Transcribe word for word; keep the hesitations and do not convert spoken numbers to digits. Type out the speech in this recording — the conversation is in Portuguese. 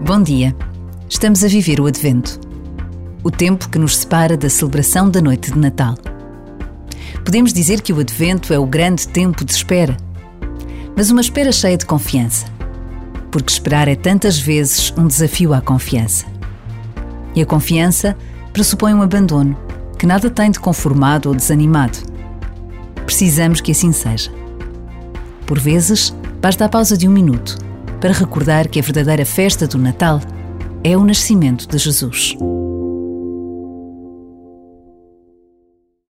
Bom dia. Estamos a viver o Advento, o tempo que nos separa da celebração da noite de Natal. Podemos dizer que o Advento é o grande tempo de espera, mas uma espera cheia de confiança, porque esperar é tantas vezes um desafio à confiança. E a confiança pressupõe um abandono que nada tem de conformado ou desanimado. Precisamos que assim seja. Por vezes, basta a pausa de um minuto para recordar que a verdadeira festa do Natal é o nascimento de Jesus.